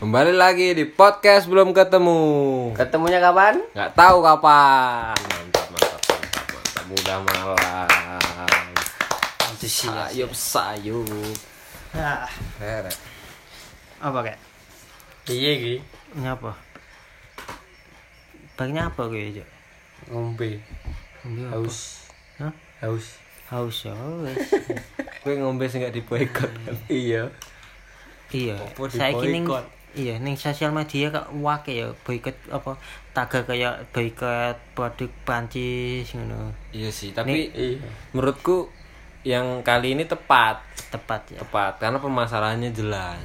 Kembali lagi di podcast belum ketemu. Ketemunya kapan? Nggak tahu kapan. Mantap. Udah malam. Sayup. Ah, Heret. apa kek? Iya iki, Ngapa? Bagnya apa gue, Cok? ngombe. Ngombe apa? Haus. Hah? Haus. Haus ya, wes. Gue ngombe sih nggak diboikot kan. Iya. Iya, Apa saiki ning diboikot? iya ning sosial media kok wake ya boikot apa tagar kayak boikot produk Prancis ngono. Iya sih, tapi Iya. menurutku yang kali ini tepat Tepat ya. karena permasalahannya jelas.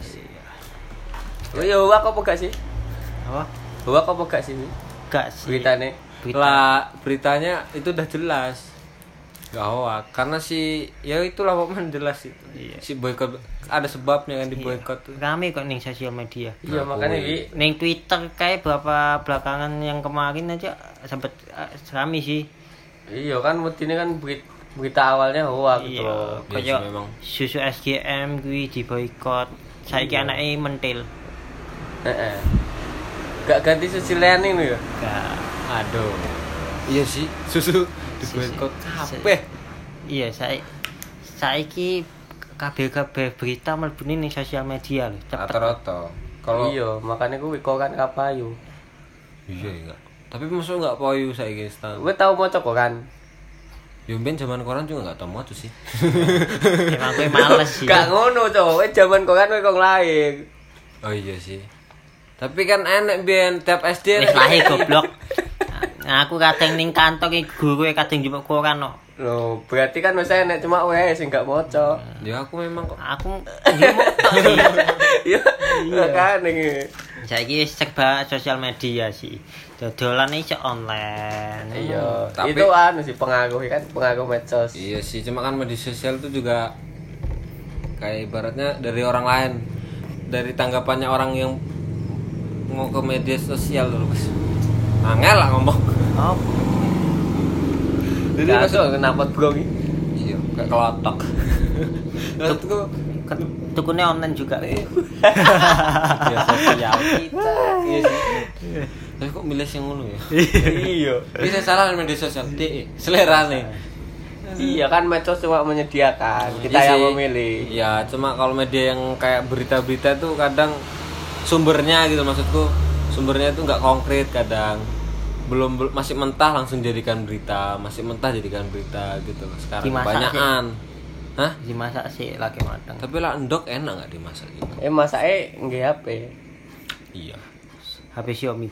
Oh iya, huwak apa gak sih? Apa? Huwak apa gak sih? Gak sih. Beritane. Lah beritanya itu udah jelas. Gak hoak karena ya itulah pokoknya jelas itu. Iya. Si boykot ada sebabnya kan di boykot tuh. Rame kok ning sosial media. Iya, Nah, makanya kuwi. iki Ning Twitter kayak beberapa belakangan yang kemarin aja sempat rame sih. iya kan ini kan berita awalnya huwak gitu Iya, loh. Iya sih, kayak memang. susu SGM kuwi diboikot. Saiki Iya. anake mentil. Heeh. Gak ganti susu Leaning lho ya. Gak. Aduh. Iya sih, susu di boykot kabeh. Iya, saiki kabeh berita mlebune ning sosial media lho. Cepet. Rata-rata. Kalau Iya, makanya gue koran kapayu. iya enggak. Tapi maksud enggak poyu saiki stan. Gue tau maca koran. Yo ben zaman koran juga enggak tau moco sih. Emang gue males sih. Gak ngono, Cok. Wis jaman koran kowe kok lahir. Oh iya sih. Tapi kan enek ben tiap SD Wis lahir goblok. Nah, aku kadang ning kantor iki guru kadang njupuk koran no. Loh, berarti kan wis enek cuma wae sing gak maca. Ya aku memang kok. Aku yo motok sih. Iya, kan iki. Saiki wis serba sosial media sih. Dodolan iso online. Iya, Tapi- itu anu sih pengaruh kan, pengaruh medsos. Iya sih, cuma kan media sosial itu juga kayak ibaratnya dari orang lain. Dari tanggapannya orang yang mau ke media sosial dulu, Mas. Angel lah ngomong. Oh, Jadi Gak maksud masuk kenapa bro iki? iya, kayak kelotok. Maksudku tukune online juga. media sosial kita. Iya sih. Tapi kok milih yang ngono ya? Iya. Bisa salah media sosial. Selera nih. Iya kan medsos cuma menyediakan, kita Iya yang sih. memilih. Iya, cuma kalau media yang kayak berita-berita tuh kadang sumbernya gitu maksudku, sumbernya itu nggak konkret kadang. Belum masih mentah langsung jadikan berita, masih mentah jadikan berita gitu. Sekarang Dimasak kebanyakan. Hah? Dimasak sih lagi matang. Tapi lah endok enak nggak dimasak gitu? Masake nggih HP. Iya. HP Xiaomi.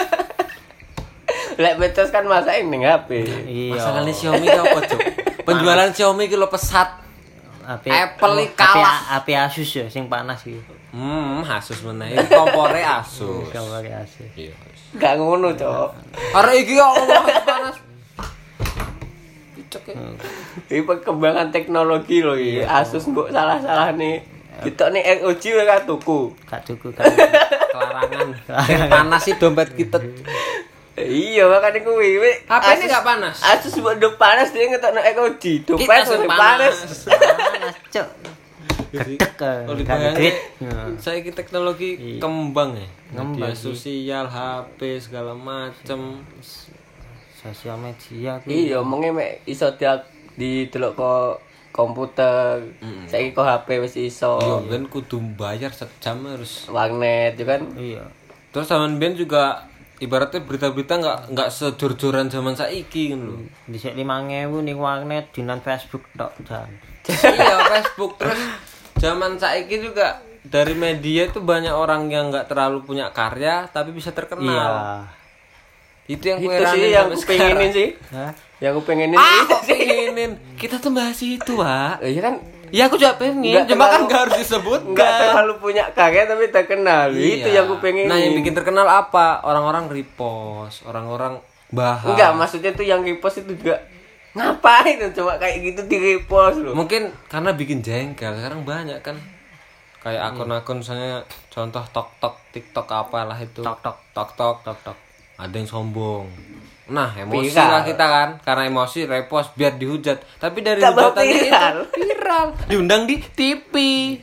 Lek medsos kan masake ning HP. Iya. Masalahnya Xiaomi itu apa, Cuk? Penjualan Xiaomi kilo pesat. HP Apple iki kalah. HP Asus ya sing panas iki. Asus meneh. Kompore Asus. Gambar Asus. Iya. Gak ngono, Cok. Arek iki kok ngomong panas. Cocok ya. Iki perkembangan teknologi loh iki. Asus kok salah-salah nih. Kita nih ROG wae kan tuku. Gak cukup kan. Kelarangan. Yang panas sih dompet kita. Iya, makanya kuwi. HP ini nggak panas. Asus buat panas dia ngetokno ROG. Dompet Kita sing udah panas. Panas, Cuk. Gedek Kalau gak dibayangin, duit. saya ki teknologi Iya. kembang ya. Ngembang Media sih. sosial, HP segala macem. Sosial media ku. Iya, menge mek iso didelok kok komputer. Saiki kok HP wis iso. Yo ben kudu bayar sejam harus. Warnet ya kan. Iya. Terus zaman ben juga ibaratnya berita-berita nggak sejor-joran zaman saiki kan lho. Dhisik 5.000 ning warnet dinan Facebook tok jan. Iya Facebook terus zaman saiki juga dari media itu banyak orang yang nggak terlalu punya karya tapi bisa terkenal. Iya. Itu yang Itu gue sih yang aku pengenin sih. Hah? Yang aku pengenin Kok pengenin? Kita tuh bahas itu, Pak. Iya kan Ya aku juga pengen, Nggak cuma kan terlalu- nggak harus disebut. nggak terlalu punya karya tapi terkenal. Itu Iya. yang aku pengenin. Nah yang bikin terkenal apa? Orang-orang repost, orang-orang bahas. Enggak, maksudnya tuh yang repost itu juga ngapain tuh cuma kayak gitu di repost loh. Mungkin karena bikin jengkel. Sekarang banyak kan. Kayak akun-akun misalnya contoh tok-tok, TikTok apalah itu. Tok-tok. Ada yang sombong. Nah, emosi Viral. lah kita kan. Karena emosi repost biar dihujat. Tapi dari Tambah hujatannya viral. itu viral. Diundang di TV.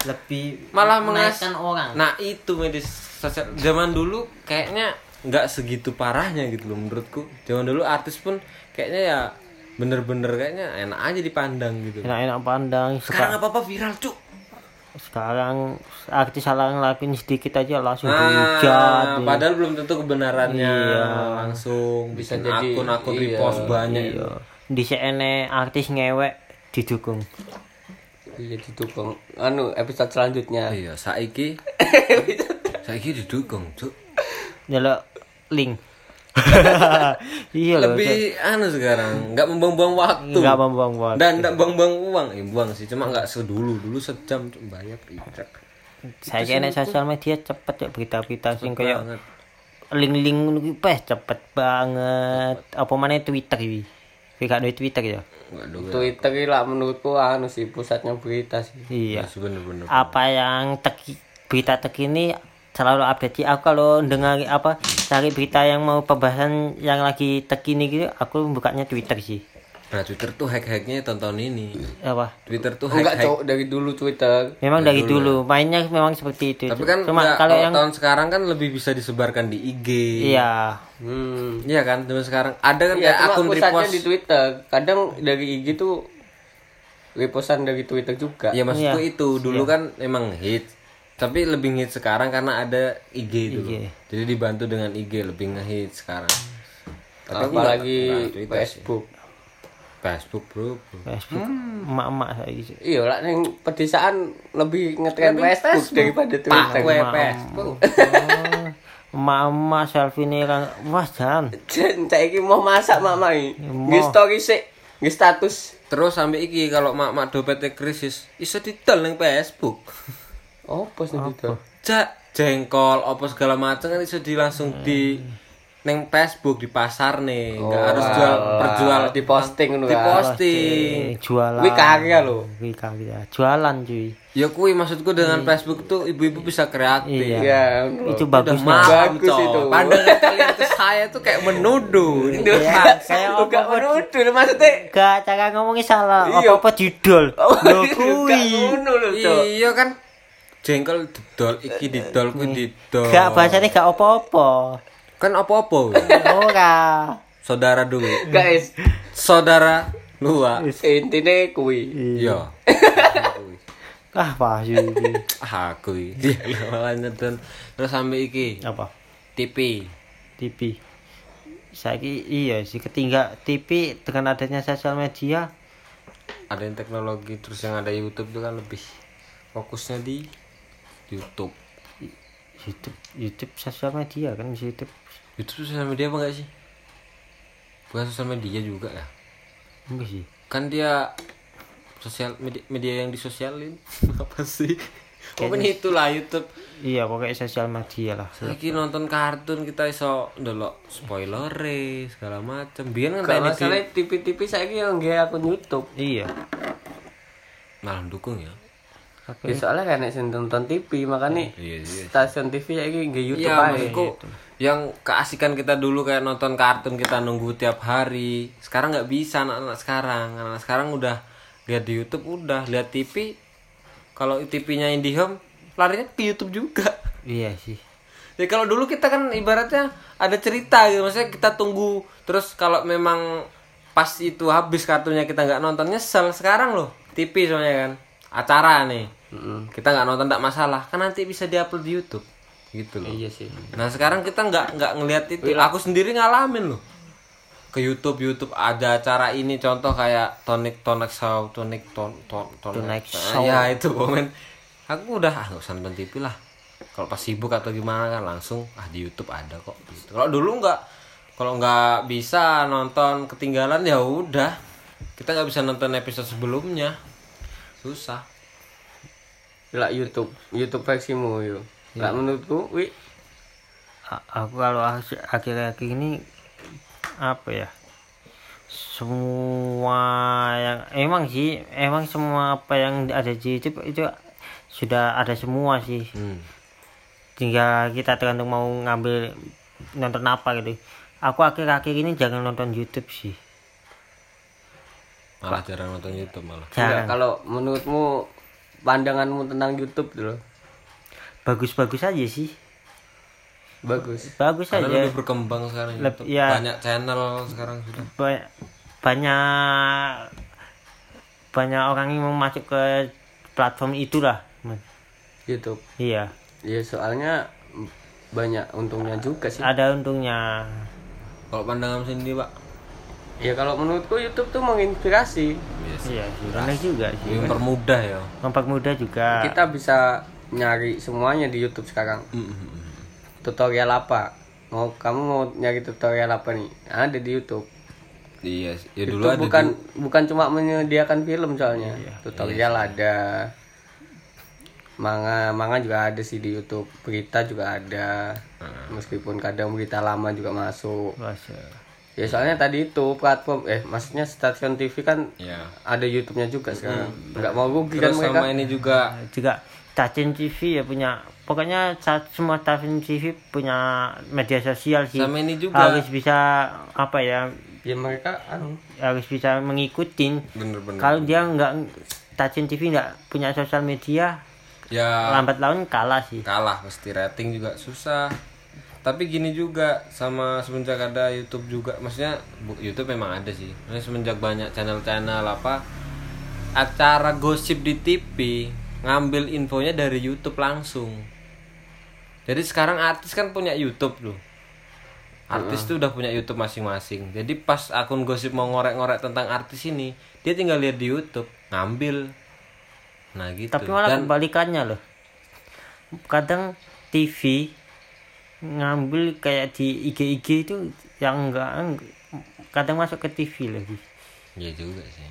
lebih malah menaikkan orang. Nah itu media sosial zaman dulu kayaknya nggak segitu parahnya gitu loh menurutku. Zaman dulu artis pun kayaknya ya bener-bener kayaknya enak aja dipandang gitu. Enak-enak pandang. Sekarang apa viral cuk. Sekarang artis salah ngelakuin sedikit aja langsung dihujat. Padahal belum tentu kebenarannya. Iya. Langsung Bisa bikin jadi, akun-akun iya. repost banyak. Iya. Di CN artis ngewek didukung. Iya didukung. Episode selanjutnya. Iya, saiki didukung, cuk. Nyelok link. Iya loh. Lebih sekarang, nggak membuang-buang waktu. Enggak membuang waktu. Dan nggak buang-buang uang, buang sih, cuma nggak sedulu. Dulu sejam cuk bayar pijak. Saya kira sosial media cepet ya berita-berita sing kayak Banget. link-link ngono cepet banget. Apa mana Twitter iki? Kayak duit Twitter ya. Waduh. Twitter ini lah menurutku sih pusatnya berita sih. Iya. Bener-bener. Apa yang berita terkini selalu update. Aku kalau dengar cari berita yang mau pembahasan yang lagi terkini gitu, aku bukanya Twitter sih. Nah, Twitter tuh hack-hacknya tonton ini. Apa? Twitter tuh Enggak hack-hack. cowok dari dulu Twitter. Memang dari dulu mainnya memang seperti itu. Tapi kan cuma nggak, kalau yang tahun sekarang kan lebih bisa disebarkan di IG. iya, Iya kan, zaman sekarang ada kan Iya, kayak cuma akun pusatnya repost. di Twitter. Kadang dari IG tuh repostan dari Twitter juga. Ya maksudku Iya. itu dulu kan emang hits. Tapi lebih hits sekarang karena ada IG itu. IG. Jadi dibantu dengan IG lebih ngehits sekarang. Tapi aku Apalagi nggak Twitter sih. Facebook. Facebook, bro. Facebook emak-emak saya gitu. Iya lah yang pedesaan lebih ngetren Facebook daripada Twitter. Facebook. Emak-emak selfie nih kan, wah jangan. Jen saiki mau masak mama iki. Nggih story sik, nggih status. Terus sampai iki kalau mak dompetnya krisis, iso didol ning Facebook. Apa sih itu? Jak jengkol apa segala macam kan iso langsung di neng Facebook di pasar nih, nggak harus perjual di posting ngono di kan. posting. Jualan. Kuwi karya lho. Kuwi karya. Jualan cuy. Ya kui maksudku dengan Facebook tuh ibu-ibu bisa kreatif. Iya. Iya. Itu Udah bagus malam, Bagus coy. itu. Pandangan kalian ke saya tuh kayak menuduh. Ini Iya, saya Enggak apa menuduh maksudnya. gak cara ngomongnya salah. Iya. Apa didol. Oh, Lho enggak kuwi. ngono lho, Cok. Iya kan jengkol didol iki didol kuwi didol. Gak bahasanya gak apa-apa. Kan apa-apa. Ora. Saudara dulu. Guys, Saudara luar. intine kuwi. Iya. Ah, Pak iki. Aku iki. Malah nonton terus sampai iki Apa? TV. TV. Saiki iya sih ketinggal TV dengan adanya sosial media. Ada yang teknologi terus yang ada YouTube tuh kan lebih fokusnya di YouTube. YouTube sosial media kan YouTube. YouTube sosial media apa enggak sih? Bukan sosial media juga ya. Enggak sih. Kan dia sosial media yang disosialin. Apa sih? Pokoknya itulah YouTube. Iya, pokoknya sosial media lah. Lagi nonton kartun kita iso ndelok spoiler segala macam. Biar kan Kalau kayak masalah TV-TV saiki yang nggih akun YouTube. Iya. malah dukung ya. Ya soalnya kan nek sing nonton TV makanya Iya. stasiun TV saiki nggih YouTube Iya, ae. maksudku yang keasikan kita dulu kayak nonton kartun kita nunggu tiap hari. Sekarang nggak bisa anak-anak sekarang. Anak sekarang udah lihat di YouTube, udah lihat TV. Kalau TV-nya IndiHome, larinya ke YouTube juga. Iya sih. Ya kalau dulu kita kan ibaratnya ada cerita gitu, maksudnya kita tunggu. Terus kalau memang pas itu habis kartunya kita nggak nonton nyesel. Sekarang loh TV soalnya kan acara nih. Kita nggak nonton nggak masalah, kan nanti bisa diupload di YouTube gitu loh. Iya sih. Nah sekarang kita nggak ngelihat itu. Aku sendiri ngalamin loh. Ke YouTube ada acara ini, contoh kayak Tonic Show. Ya itu komen. Aku udah nggak usah nonton TV lah. Kalau pas sibuk atau gimana kan langsung di YouTube ada kok. Gitu. Kalau dulu nggak, kalau nggak bisa nonton ketinggalan ya udah. Kita nggak bisa nonton episode sebelumnya. Susah. Lah YouTube versimu yo. Lah menurutku Aku kalau akhir-akhir ini apa ya, semua yang emang semua apa yang ada di YouTube itu sudah ada semua sih. Tinggal kita tergantung mau ngambil nonton apa gitu. Aku akhir-akhir ini jangan nonton YouTube sih. Malah jarang nonton YouTube malah. Jarang. kalau menurutmu pandanganmu tentang YouTube dulu? Bagus-bagus aja sih. Bagus. Bagus Karena aja. lebih berkembang sekarang YouTube. ya. Banyak channel sekarang sudah. Banyak orang yang mau masuk ke platform itulah. YouTube. Iya. Ya soalnya banyak untungnya juga sih. Ada untungnya. Kalau pandangan sendiri, Pak? Ya kalau menurutku YouTube tuh menginspirasi. Iya sih, benar juga sih. Mempermudah ya. Mempermudah juga. Kita bisa nyari semuanya di YouTube sekarang. Tutorial apa? Kamu mau nyari tutorial apa nih? Ada di YouTube. Iya, ya dulu Itu ada bukan cuma menyediakan film soalnya. Tutorial ada. Manga juga ada sih di YouTube. Berita juga ada. Meskipun kadang berita lama juga masuk. Ya soalnya tadi itu platform maksudnya stasiun TV kan ada YouTube-nya juga sekarang. Enggak mau rugi kan terus mereka. sama ini juga stasiun TV ya punya, pokoknya semua stasiun TV punya media sosial sih. sama ini juga. Harus bisa apa ya? Ya mereka Harus bisa mengikutin. Bener-bener. Kalau dia stasiun TV nggak punya sosial media, Ya lambat laun kalah sih. kalah pasti, rating juga susah. Tapi gini juga, sama semenjak ada YouTube juga, maksudnya YouTube memang ada sih. Maksudnya semenjak banyak channel-channel acara gosip di TV, ngambil infonya dari YouTube langsung. Jadi sekarang artis kan punya YouTube loh. Artis tuh udah punya YouTube masing-masing. Jadi pas akun gosip mau ngorek-ngorek tentang artis ini, dia tinggal lihat di YouTube, ngambil. Nah gitu. Tapi malah kebalikannya loh. Kadang TV ngambil kayak di IG itu yang enggak, kadang masuk ke TV lagi. Iya juga sih.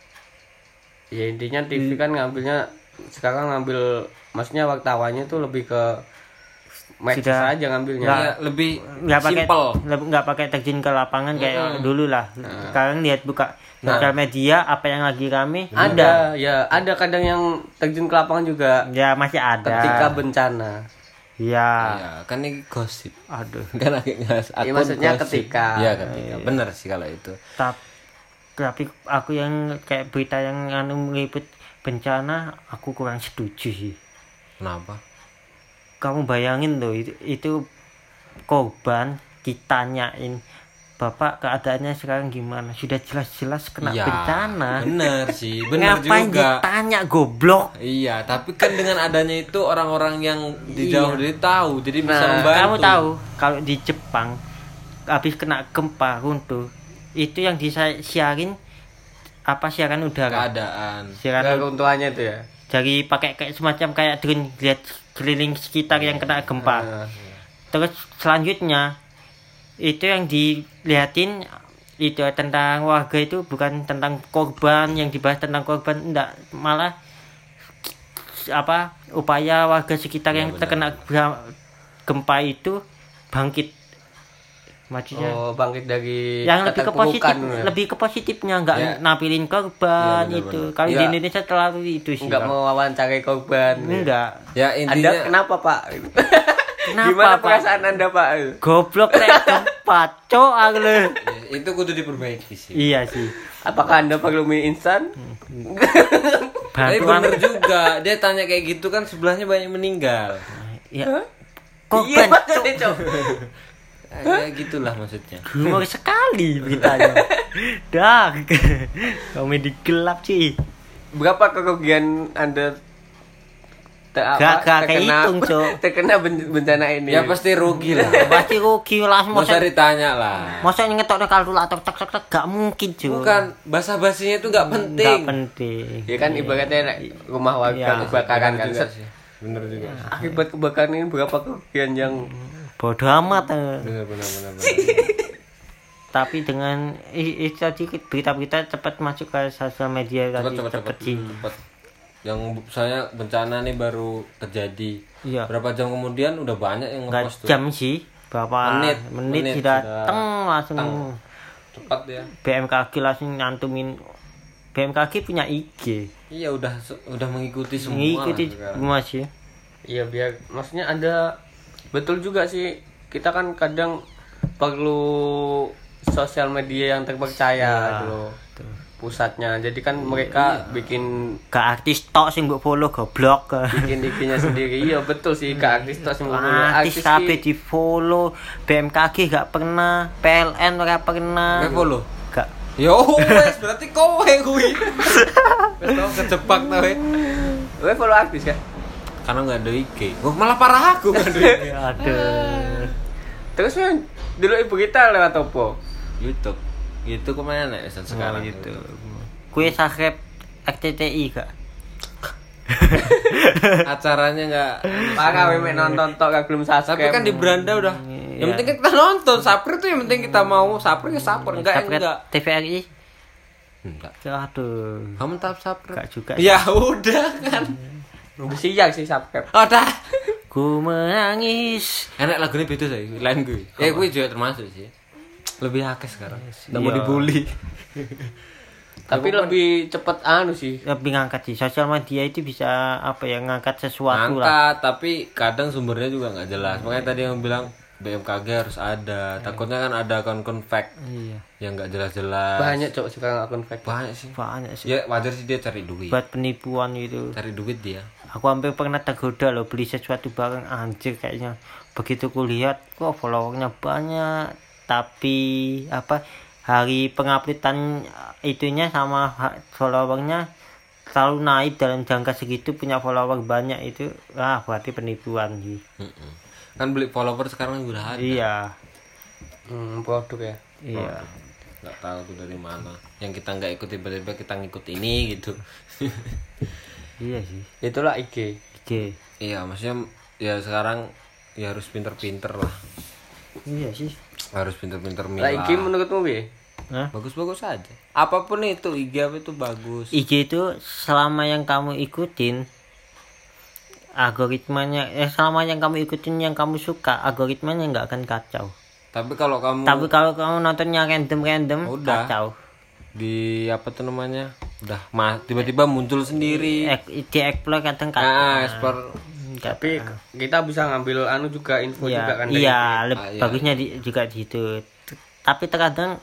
ya intinya TV kan ngambilnya sekarang ngambil, maksudnya wartawannya tuh lebih ke medsos aja ngambilnya. Ya, lebih Nggak pakai simple. nggak pakai terjun ke lapangan kayak dulu lah. Sekarang lihat buka sosial media apa yang lagi rame. Ada kadang yang terjun ke lapangan juga Ya masih ada. ketika bencana. Ya. Ya, kan ini gosip. Aduh. Kan akun Ya, maksudnya gosip. ketika. Iya, ketika. Benar sih kalau itu. Tapi aku yang kayak berita yang meliput bencana, aku kurang setuju sih. Kenapa? Kamu bayangin loh, itu korban ditanyain, Bapak keadaannya sekarang gimana? Sudah jelas-jelas kena Iya, bencana. bener sih, bener Ngapain juga. ditanya, goblok? Iya, tapi kan dengan adanya itu orang-orang yang di jauh dari tahu, jadi bisa membantu. Kamu tahu kalau di Jepang habis kena gempa runtuh, itu yang disiarin siaran udara. Keadaan. Siaran Keruntuhannya itu ya. jadi pakai kayak semacam kayak drone lihat keliling sekitar yang kena gempa. Terus selanjutnya itu yang dilihatin itu tentang warga, itu bukan tentang korban, yang dibahas tentang korban enggak, malah upaya warga sekitar yang terkena gempa itu bangkit. Maksudnya bangkit dari yang lebih ke positif, keterpurukan, ya. lebih ke positifnya, enggak Ya. nampilin korban Ya, benar, itu. benar. Kalau di Ya. Indonesia terlalu itu sih. Enggak mau wawancarai korban. Enggak. Ya Anda intinya kenapa Pak? Kenapa, Gimana Pak? perasaan Anda Pak? Goblok rek gempa, cok aku lho. ya, itu kudu diperbaiki sih. Iya sih. Apakah Anda perlu mie instan? Tapi Bantuan bener juga, dia tanya kayak gitu kan sebelahnya banyak meninggal. ya. Iya, Korban, maksudnya, Cok. Ya gitulah maksudnya. humor sekali beritanya. Dah. Komedi gelap sih. Berapa kerugian Anda Gak kehitung, Cok. terkena bencana ini? Ya pasti rugi lah. Pasti rugi lah, Nggak usah ditanya lah. masa ngetoknya kalkulator tak gak mungkin, Cok. Bukan, basa-basinya itu nggak penting. Gak penting. Ya kan ibaratnya rumah warga Iya. kebakaran kan. Bener juga sih. Bener juga. Akibat kebakaran ini berapa kerugian yang Bodoh amat. Bener. Tapi dengan itu tadi berita-berita cepat masuk ke sosial media tadi, Cepet sih. cepet. Yang misalnya bencana nih baru terjadi. Iya. Berapa jam kemudian udah banyak yang Enggak ngepost tuh. jam sih, berapa menit sudah langsung Cepat ya. BMKG langsung nyantumin. BMKG punya IG. Iya udah mengikuti semua. Ngikuti lah sekarang. semua sih. Iya biar maksudnya ada, betul juga sih, kita kan kadang perlu sosial media yang terpercaya gitu loh. pusatnya. Jadi kan mereka bikin gak artis tok sing mbok follow goblok. bikin IG-nya sendiri. Iya betul sih, gak artis tok sing mbok follow. Artis kabeh di follow, BMKG gak pernah, PLN ora pernah. Gak follow? Gak. Yo wes berarti kowe kuwi. Wes tau kejebak ta we. Kowe follow artis kan? Karena enggak ada IG. Oh, malah parah aku enggak ada IG. Aduh. Terus men dulu ibu kita lewat apa? YouTube. Itu kemana nek sekarang gitu. Kue subscribe RCTI gak? Acaranya enggak Parah we nonton tok gak belum subscribe. tapi kan di beranda udah. Yang penting kan kita nonton. Sapri tuh yang penting kita mau. Sapri ya sapri enggak enggak. TVRI? Enggak. Aduh. Kamu tetap sapri. Gak juga. Ya udah kan. siang sih subscribe. Oh dah. Ku menangis. Enak lagunya beda sih. Lain gue. Gue juga termasuk sih. Lebih akeh sekarang. Enggak mau Iya. dibully. Tapi lebih cepet sih. Lebih ngangkat sih. Sosial media itu bisa apa ya, ngangkat sesuatu lah. Angkat, tapi kadang sumbernya juga nggak jelas. Makanya tadi yang bilang BMKG harus ada. Takutnya kan ada akun-akun fake Iya. yang nggak jelas-jelas. Banyak cok sekarang akun fake. Banyak sih. Banyak sih. Ya wajar sih dia cari duit. Buat penipuan gitu. Cari duit dia. Aku hampir pernah tergoda loh beli sesuatu barang, anjir kayaknya. Begitu kulihat kok followernya banyak, tapi apa hari penguploadan itunya sama followernya selalu naik dalam jangka segitu, punya follower banyak itu berarti penipuan sih. Kan beli follower sekarang udah ada. Iya. Produk ya. Iya. Nggak tahu tuh dari mana. Yang kita nggak ikut tiba-tiba kita ngikut ini gitu. Iya sih. Itulah IG. Iya, maksudnya ya sekarang ya harus pinter-pinter lah. Iya sih. Harus pinter-pinter Lah milah. IG menurutmu piye? Hah? Bagus-bagus aja. Apapun itu IG apa itu bagus. IG itu selama yang kamu ikutin algoritmanya, selama yang kamu ikutin yang kamu suka, algoritmanya nggak akan kacau. Tapi kalau kamu Tapi kalau kamu nontonnya random Udah. kacau. di apa tuh namanya? Udah tiba-tiba muncul sendiri. Di explore kadang kacau. Explore. Tapi kita bisa ngambil juga info Iya, juga kan dari iya, IG. Iya. bagusnya juga di situ. Tapi terkadang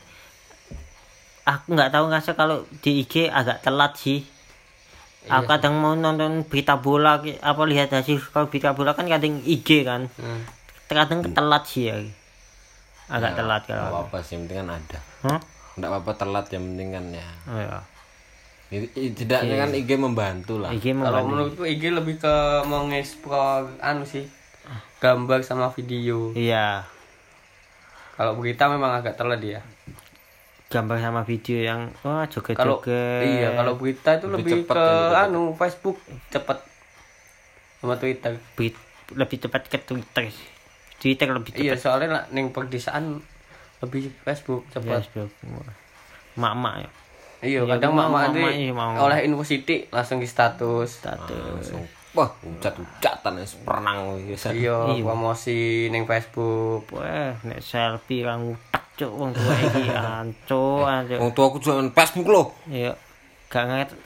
aku nggak tahu ngerasa kalau di IG agak telat sih. Aku kadang mau nonton berita bola apa lihat hasil kalau berita bola kan kadang IG kan. Terkadang telat sih ya. Agak telat Enggak kalau. apa-apa sih, yang penting kan ada. Hah? Enggak apa-apa telat, yang penting kan ya. Oh, iya. Tidaknya kan IG membantu lah. IG Kalau membantu. menurutku IG lebih ke mengeksplor sih. Gambar sama video. Iya. Kalau berita memang agak telat dia. Gambar sama video yang Kalau joget-joget. kalau berita itu Lebih lebih cepet ke ya, Facebook cepet sama Twitter. Lebih cepat ke Twitter. Twitter lebih Iya, cepat. soalnya lah ning perdesaan lebih Facebook cepet. Facebook. Mak-mak ya. Iya, Iya, kadang mau, mak-mak mak-mak ini iya, mau. oleh university langsung di status. Langsung. Wah, ucat-ucatan ya perenang biasa. Iya, Iya. promosi ning Facebook. Wah, nek selfie orang utak cuk wong tua iki anco. Wong tua aku juga main Facebook loh. Iya. Gak ngerti.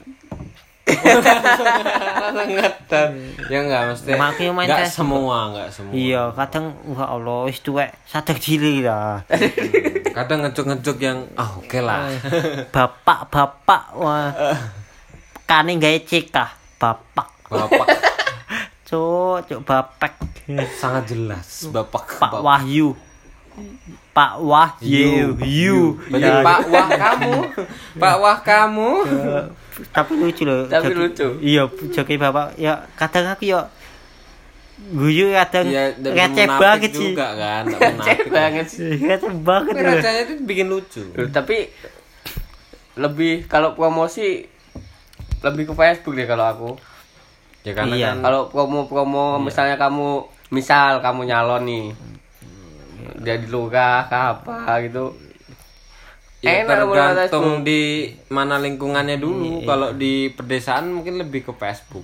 Ngetan. Ya enggak mesti. Makanya main Enggak Facebook. enggak semua. Iya, kadang ya Allah wis tuwek sadar cilik lah. Kadang ngecuk-ngecuk yang oke lah. Bapak wah. Kane gawe cekah, bapak. Bapak Cuk bapak. sangat jelas, Bapak. Pak Wahyu. Pak Wahyu. Berarti Ya. Pak Wah kamu. Pak Wah kamu. Tapi lucu loh. Tapi lucu. Iya, joki bapak. Ya kadang aku ya guyu kadang Ya receh banget sih. juga kan. Cek banget sih. Receh banget. Tapi loh. rasanya itu bikin lucu. Tapi lebih kalau promosi lebih ke Facebook deh kalau aku. Ya karena Iya. kan Kalau promo-promo misalnya kamu nyalon nih. Jadi lurah ke apa gitu. ya Enak tergantung di mana lingkungannya dulu. Kalau di pedesaan mungkin lebih ke Facebook.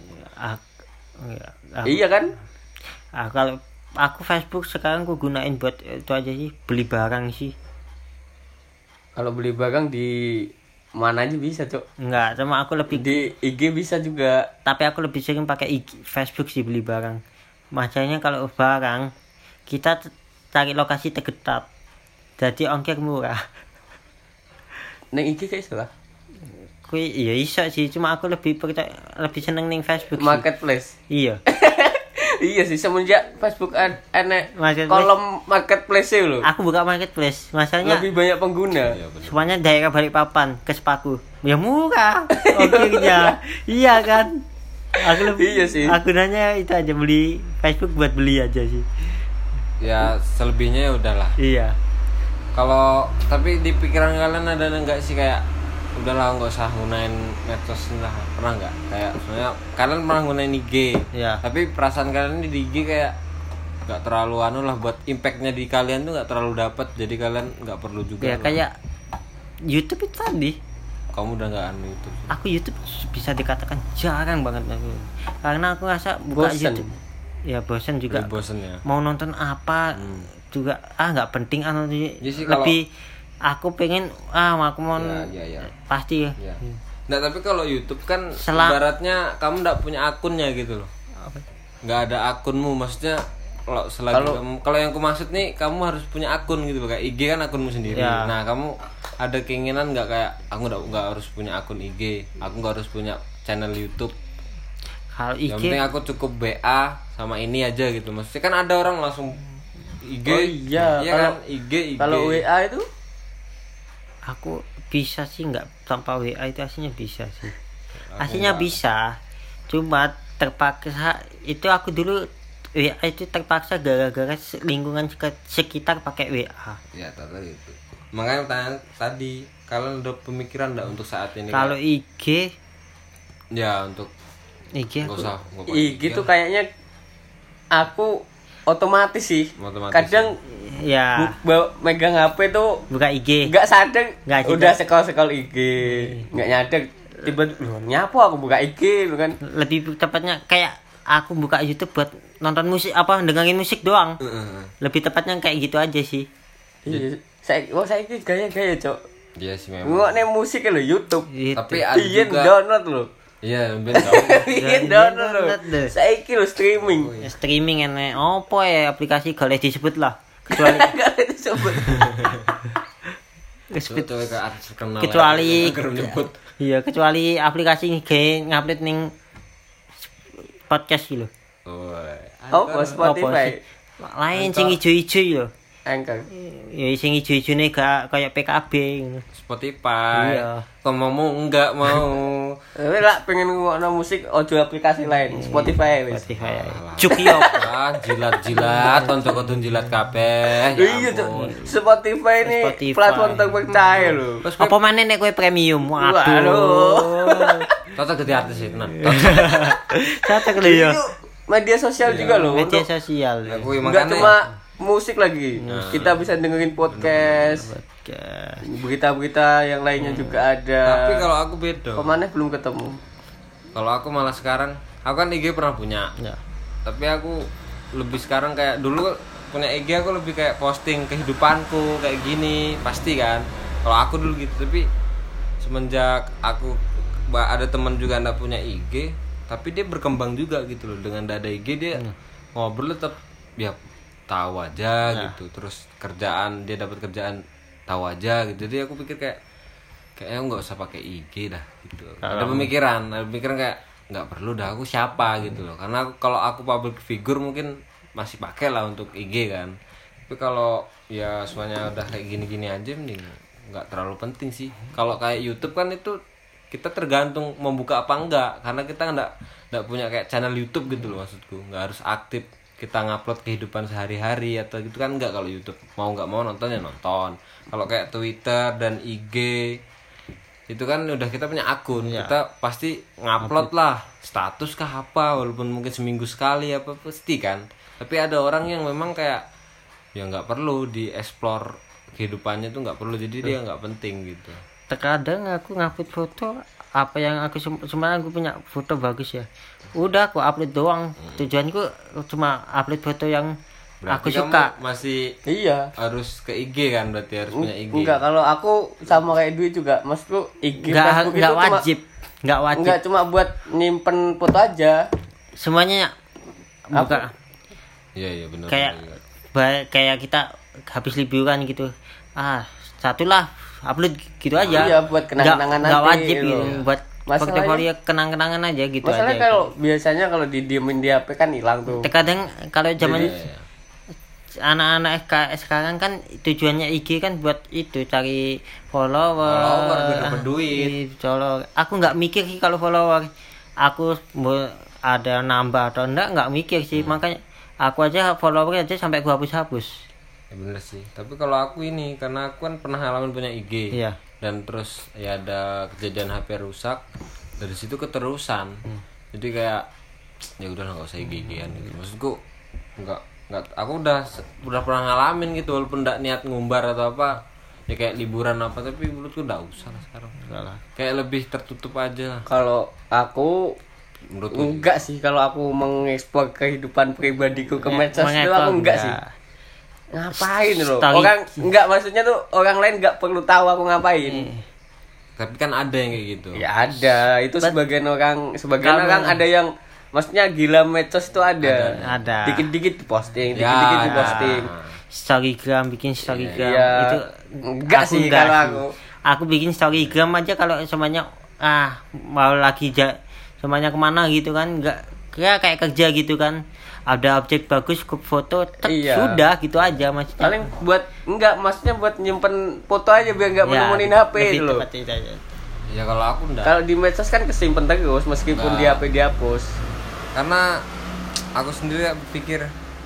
Iya kan? Kalau aku Facebook sekarang aku gunain buat itu aja sih, beli barang sih. Kalau beli barang di mana aja bisa, Cok. Enggak, cuma aku lebih Di IG bisa juga. tapi aku lebih sering pakai Facebook sih beli barang. Makanya kalau barang kita cari lokasi terdekat. Jadi ongkir murah. Neng IG kayak salah. Kui iya iso sih, cuma aku lebih seneng ning Facebook. Marketplace. Iya. Iya sih, semenjak Facebook enek kolom marketplace lho. Aku buka marketplace, masalahnya lebih banyak pengguna. Semuanya daerah Balikpapan ke Sepaku. Ya murah. Ongkirnya. Iya kan? Aku lebih iya sih. Aku nanya itu aja, beli Facebook buat beli aja sih. Ya selebihnya ya udahlah. Iya. Kalau tapi di pikiran kalian ada enggak sih kayak udahlah nggak usah gunain medsos lah, pernah nggak kayak sebenarnya kalian pernah gunain IG ya. Tapi perasaan kalian di IG kayak nggak terlalu lah buat impactnya di kalian tuh nggak terlalu dapat, jadi kalian nggak perlu juga ya kayak YouTube itu tadi. Kamu udah nggak YouTube? Aku YouTube bisa dikatakan jarang banget aku, karena aku rasa buka bosen. YouTube ya bosan juga. Bosen ya. Mau nonton apa juga nggak penting ya sih, lebih aku pengen aku mau ya. pasti ya. Nah tapi kalau YouTube kan ibaratnya kamu nggak punya akunnya gitu loh, nggak ada akunmu, maksudnya kalau yang aku maksud nih kamu harus punya akun gitu loh, kayak IG kan akunmu sendiri ya. Nah kamu ada keinginan nggak kayak aku nggak harus punya akun IG, aku nggak harus punya channel YouTube, kalau IG yang penting aku cukup BA sama ini aja gitu, maksudnya kan ada orang langsung IG. Oh iya kan IG. Kalau WA itu aku bisa sih, nggak tanpa WA itu aslinya bisa sih. Aslinya bisa, cuma terpaksa itu aku dulu WA itu terpaksa gara-gara lingkungan sekitar pakai WA. Ya tadi itu. Makanya pertanyaan tadi, kalian udah pemikiran enggak untuk saat ini? Kalau IG ya untuk IG aku, IG tuh kayaknya aku otomatis sih. Kadang ya megang HP tuh buka IG nggak sadar udah scroll IG nggak nyadar tiba-tiba nyapu aku buka IG bukan. Lebih tepatnya kayak aku buka YouTube buat nonton musik dengerin musik doang. Lebih tepatnya kayak gitu aja sih. Iya saya gaya cok. Iya sih memang nggak musik lo YouTube. Tapi ada juga download lo. Iya, download. Saya lo streaming. Streaming enek opo ya aplikasi kalau disebut lah. Kecuali kecuali aplikasi ngupload ning podcast gitu. Spotify. Lain sing ijo-ijo yo. Anchor. Ya sing ijo-ijone gak kayak PKB gitu. Spotify. Iya. Kamu enggak mau. Lah pengen ngono musik ojo aplikasi lain, Spotify wis. Spotify. Cukio. Jilat-jilat tonton jilat kabeh. Iya, Spotify ini platform terpercaya lho. Apa maneh nek kowe premium? Waduh. Toto gede artis sih, tenan. Catek lho ya. Media sosial juga loh. Media sosial. Enggak cuma musik lagi. Kita bisa dengerin podcast. Berita-berita yang lainnya juga ada. Tapi kalau aku beda. Kemana belum ketemu. Kalau aku malah sekarang, aku kan IG pernah punya. Ya. Tapi aku lebih sekarang kayak dulu punya IG aku lebih kayak posting kehidupanku kayak gini, pasti kan. Kalau aku dulu gitu, tapi semenjak aku ada teman juga enggak punya IG, tapi dia berkembang juga gitu loh. Dengan ada IG dia ngobrol tetap ya tahu aja gitu, terus kerjaan dia dapat kerjaan tahu aja gitu. Jadi aku pikir kayaknya nggak usah pakai IG dah gitu. Ada pemikiran kayak nggak perlu dah, aku siapa gitu loh. Karena kalau aku public figure mungkin masih pakai lah untuk IG kan. Tapi kalau ya semuanya udah kayak gini-gini aja mending nggak terlalu penting sih. Kalau kayak YouTube kan itu kita tergantung membuka apa enggak, karena kita nggak punya kayak channel YouTube gitu loh, maksudku nggak harus aktif kita ngupload kehidupan sehari-hari atau gitu kan, enggak. Kalau YouTube mau nggak mau nonton ya nonton. Kalau kayak Twitter dan IG itu kan udah kita punya akun, kita pasti ngupload lah status kah apa, walaupun mungkin seminggu sekali apa pasti kan. Tapi ada orang yang memang kayak ya nggak perlu dieksplor kehidupannya tuh, nggak perlu, jadi dia nggak penting gitu. Terkadang aku ngupload foto apa yang aku cuma aku punya foto bagus ya, udah aku upload doang. Tujuanku cuma upload foto yang berarti aku suka. Masih harus ke IG kan, berarti harus punya IG. Enggak, kalau aku sama kayak Dwi juga, maksudku IG Facebook nggak wajib. Enggak cuma buat nyimpen foto aja. Semuanya buka. Iya benar. Kayak kita habis liburan gitu. satulah upload gitu aja. Iya, buat kenang-kenangan nanti. Nggak wajib gitu. Buat portofolio kenang-kenangan aja gitu. Masalahnya aja. kalau biasanya kalau didiemin di HP kan hilang tuh. Terkadang kalau zaman anak-anak sekarang kan tujuannya IG kan buat itu cari follower dapat duit. Aku nggak mikir sih kalau follower. Aku ada nambah atau nggak mikir sih. Makanya aku aja follower aja sampai gua hapus. Ya bener sih. Tapi kalau aku ini karena aku kan pernah ngalamin punya IG. Iya. Dan terus ya ada kejadian HP rusak. Dari situ keterusan. Jadi kayak ya udah nggak usah IG-an gitu. Maksudku nggak aku udah pernah ngalamin gitu walaupun nggak niat ngumbar atau apa ya kayak liburan apa tapi menurutku nggak usah lah sekarang kayak lebih tertutup aja lah. Kalau aku menurutku enggak sih kalau aku mengekspor kehidupan pribadiku ke medsos itu aku enggak sih. Ngapain loh orang enggak maksudnya tuh orang lain enggak perlu tahu aku ngapain. Tapi kan ada yang kayak gitu ya ada itu sebagian orang ada yang maksudnya gila medsos itu ada. Dikit-dikit posting, dikit-dikit posting. Storygram bikin storygram ya, itu enggak sih kalau aku bikin storygram aja kalau semuanya mau lagi semuanya kemana gitu kan enggak kayak kerja gitu kan ada objek bagus foto sudah gitu aja maksudnya. Paling buat maksudnya buat nyimpen foto aja biar enggak menemuin HP itu loh. Ya kalau aku enggak. Kalau di medsos kan kesimpen terus meskipun di HP dihapus. Karena aku sendiri pikir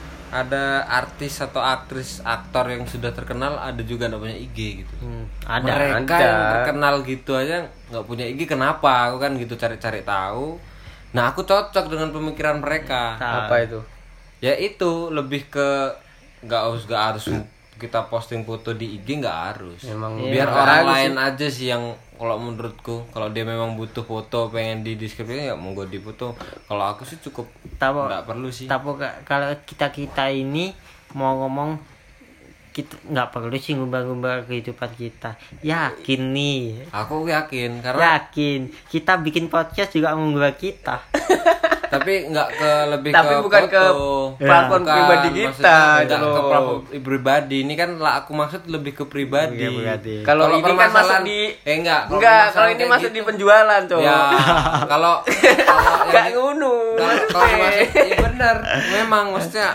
ada artis atau aktor yang sudah terkenal ada juga nggak punya IG gitu. Mereka yang terkenal gitu aja nggak punya IG kenapa? Aku kan gitu cari-cari tahu. Nah aku cocok dengan pemikiran mereka. Apa itu? Ya itu lebih ke nggak harus kita posting foto di IG nggak harus. Biar orang lain aja sih yang kalau menurutku kalau dia memang butuh foto pengen di deskripsi ya monggo di foto. Kalau aku sih cukup nggak perlu sih. Tapi kalau kita ini mau ngomong kita nggak perlu sih ngubah-ngubah kehidupan kita. Yakin nih. Aku yakin karena kita bikin podcast juga mengubah kita. Tapi nggak ke lebih tapi ke bukan foto. ke platform pribadi kita nggak ke platform pribadi ini kan lah aku maksud lebih ke pribadi. Kalau ini kan masuk di kalau ini masuk di penjualan coy ya kalau nggak ngunu kalau masuk ya benar memang maksudnya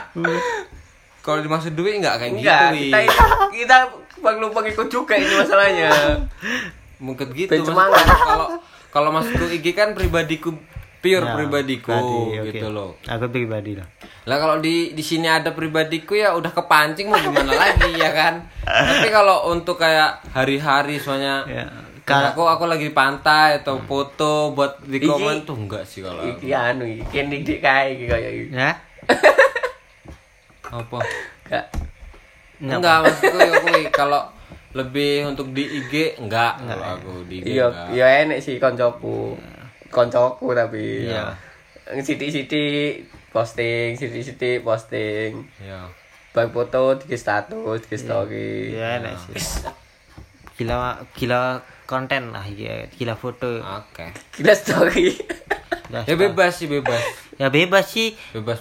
kalau dimaksud duit nggak kayak gitu kita perlu pengikut juga ini masalahnya mungkin gitu kalau masuk ke IG kan pribadiku pribadiku gitu loh. Aku pribadi lah. Lah kalau di sini ada pribadiku ya udah kepancing mau gimana lagi ya kan. Tapi kalau untuk kayak hari-hari soalnya aku lagi di pantai atau foto buat di komen tuh enggak sih kalau. Iya iki kayak gitu ya. Apa? Enggak maksudku ya kalau lebih untuk di IG enggak kalau aku di IG enggak. Iya enek sih koncoku tapi siti posting ya bang foto di status di story enak sih gila konten lah gila foto gila story ya bebas sih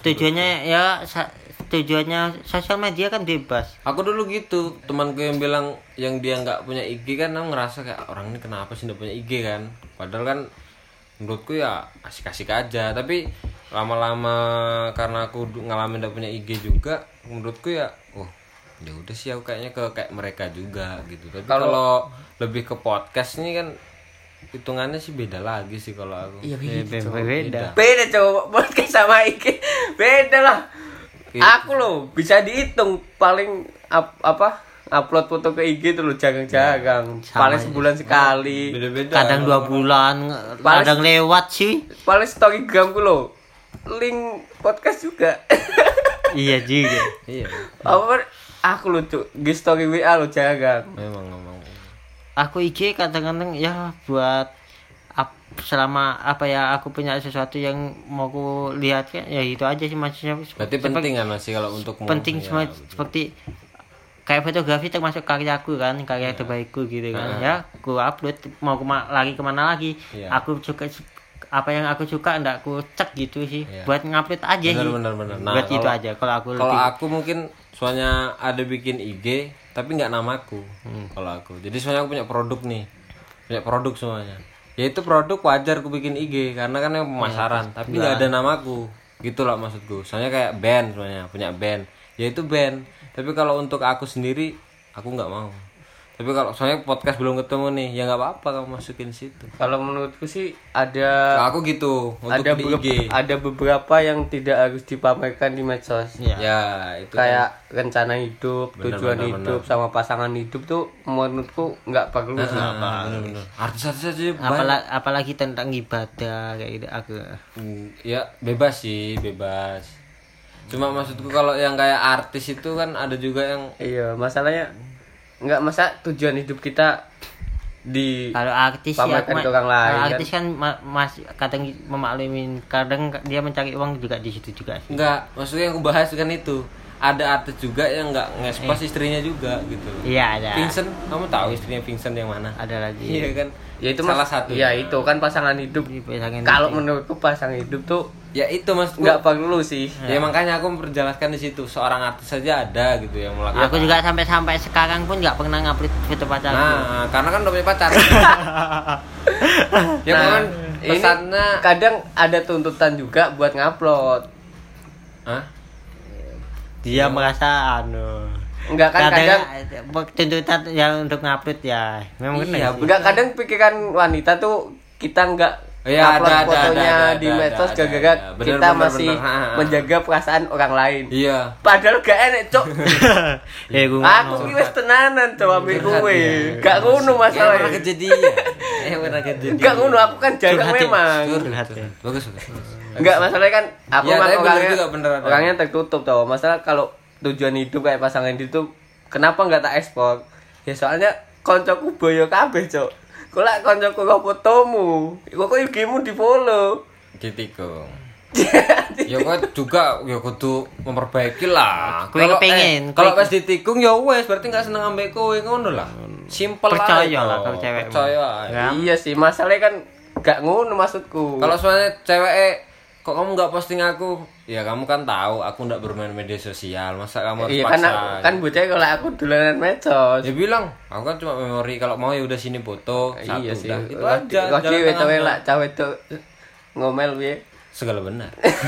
tujuannya sosial media kan bebas. Aku dulu gitu temanku yang bilang yang dia nggak punya IG kan aku ngerasa kayak orang ini kenapa sih nggak punya IG kan padahal kan menurutku ya asik-asik aja tapi lama-lama karena aku ngalamin gak punya IG juga menurutku ya ya udah sih aku kayaknya kayak mereka juga gitu tapi kalau lebih ke podcast ini kan hitungannya sih beda lagi sih kalau aku beda coba podcast sama IG beda lah gitu. Aku loh bisa dihitung paling upload foto ke IG tuh lo jarang-jarang paling sebulan sekali beda-beda kadang 2 bulan kadang lewat sih paling storygram gue lo link podcast juga iya juga aku lucu di story WA lo jarang memang aku IG kadang-kadang ya buat selama aku punya sesuatu yang mau aku lihat kan ya itu aja sih maksudnya berarti penting kan masih kalau untuk penting ya, seperti kayak fotografi termasuk karyaku kan terbaikku gitu kan ya aku upload mau lagi kemana lagi aku apa yang aku suka ndak aku cek gitu sih. Buat ngupload aja sih. Bener. Nah, buat itu aja. Kalau aku mungkin soalnya ada bikin IG tapi nggak namaku. Kalau aku. Jadi soalnya aku punya produk nih. Punya produk semuanya. Ya itu produk wajar aku bikin IG karena kan yang pemasaran, tapi nggak ada namaku. Gitu lah maksudku. Soalnya kayak band semuanya, punya band. Ya itu band. Tapi kalau untuk aku sendiri aku nggak mau. Tapi kalau soalnya podcast belum ketemu nih, ya nggak apa-apa kamu masukin situ. Kalau menurutku sih ada. Nah, aku gitu. Untuk di IG. Ada beberapa yang tidak harus dipamerkan di medsos. Ya itu. Kayak rencana hidup, tujuan hidup, sama pasangan hidup tuh menurutku nggak perlu sih. Bener. Artis-artis aja. Apalagi tentang ibadah kayak gitu aku. Ya bebas sih, bebas. Cuma maksudku kalau yang kayak artis itu kan ada juga yang. Iya, masalahnya nggak masa tujuan hidup kita di kalau artis ya ke orang lain artis kan masih kadang memaklumin, kadang dia mencari uang juga di situ juga sih. Enggak, maksudnya yang aku bahas kan itu ada artis juga yang nggak nge-expose istrinya juga gitu. Iya ada. Vincent, kamu tahu istrinya Vincent yang mana? Ada lagi. Iya kan? Ya itu salah satu. Ya itu kan pasangan hidup. Kalau menurutku pasangan hidup tuh ya itu mas nggak perlu sih. Ya makanya aku memperjelaskan di situ. Seorang artis saja ada gitu yang melakukan. Aku juga sampai sekarang pun nggak pernah ngupload foto pacarku. Nah, karena kan udah punya pacar. Ya kan pesannya kadang ada tuntutan juga buat ngupload. Hah? Dia merasa enggak kan kadang tuntutan yang untuk ngupload ya. Memang iya, enggak kadang pikiran wanita tuh kita enggak ya, upload fotonya di medsos gara-gara kita masih menjaga perasaan orang lain. Iya. Padahal gak enak, Cok. Aku ki wis tenanan coba ambek kowe. Gak ngono masalahnya. Pernah kejadian. Gak ngono, aku kan jaga memang. Bagus. Enggak, masalahnya kan aku ya, orangnya tertutup tau. Masalah kalau tujuan hidup kayak pasangan itu kenapa enggak tak ekspor? Ya soalnya koncoku boyo kabeh, Cok. Kok lak koncoku kok fotomu, kok IG-mu di-follow. Ditikung. Ya kok juga ya kudu memperbaiki lah. Kalau pengen kalau pas ditikung ya wes berarti enggak seneng ambek kowe ngono lah. Simpel percaya lah kalau cewek. Percaya. Iya sih, masalahnya kan enggak ngono maksudku. Kalau soalnya cewek kok kamu nggak posting aku, ya kamu kan tahu aku nggak bermain media sosial, masa kamu harus paksa? Iya kan bocah kalau aku dolanan medsos. Ya bilang, aku kan cuma memori, kalau mau ya udah sini foto satu, iya sih. Udah. Itu aja. Kok cewek lah, cewek itu ngomel piye? Segala benar.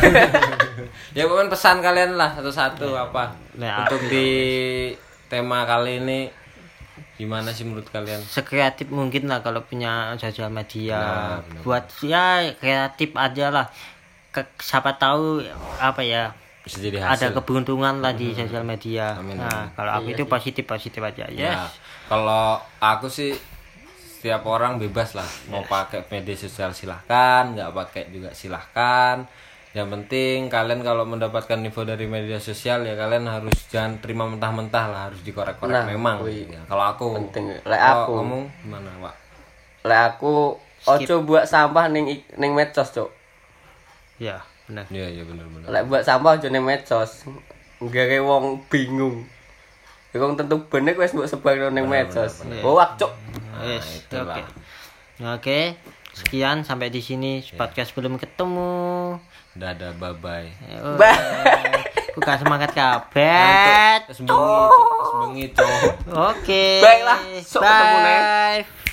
Ya pokoknya pesan kalian lah satu-satu apa untuk di tema kali ini. Gimana sih menurut kalian? Sekreatif mungkin lah kalau punya sosial media. Buat ya kreatif aja lah. Siapa tahu apa ya, bisa jadi hasil. Ada keberuntungan lah di sosial media. Amin. Nah, kalau aku itu positif aja. Yes. Nah, kalau aku sih setiap orang bebas lah, mau pakai media sosial silahkan, nggak pakai juga silahkan. Yang penting kalian kalau mendapatkan info dari media sosial ya kalian harus jangan terima mentah-mentah lah, harus dikorek-korek memang. Ya, kalau aku, penting. Aku kamu gimana, Pak? Lek aku ojo buat sampah ning medsos, Cok. Ya, benar. Iya benar. Lek buat sampah aja ning medsos. Gawe wong bingung. Wong tentu bener wis mbok sebar ning medsos. Hoak, Cok. Yes, Oke. Sekian sampai di sini podcast belum ketemu. Dadah, bye-bye. Bukan semangat kabeh. Sebengi, Cok. Oke. Baiklah, sok ketemu nih. Bye.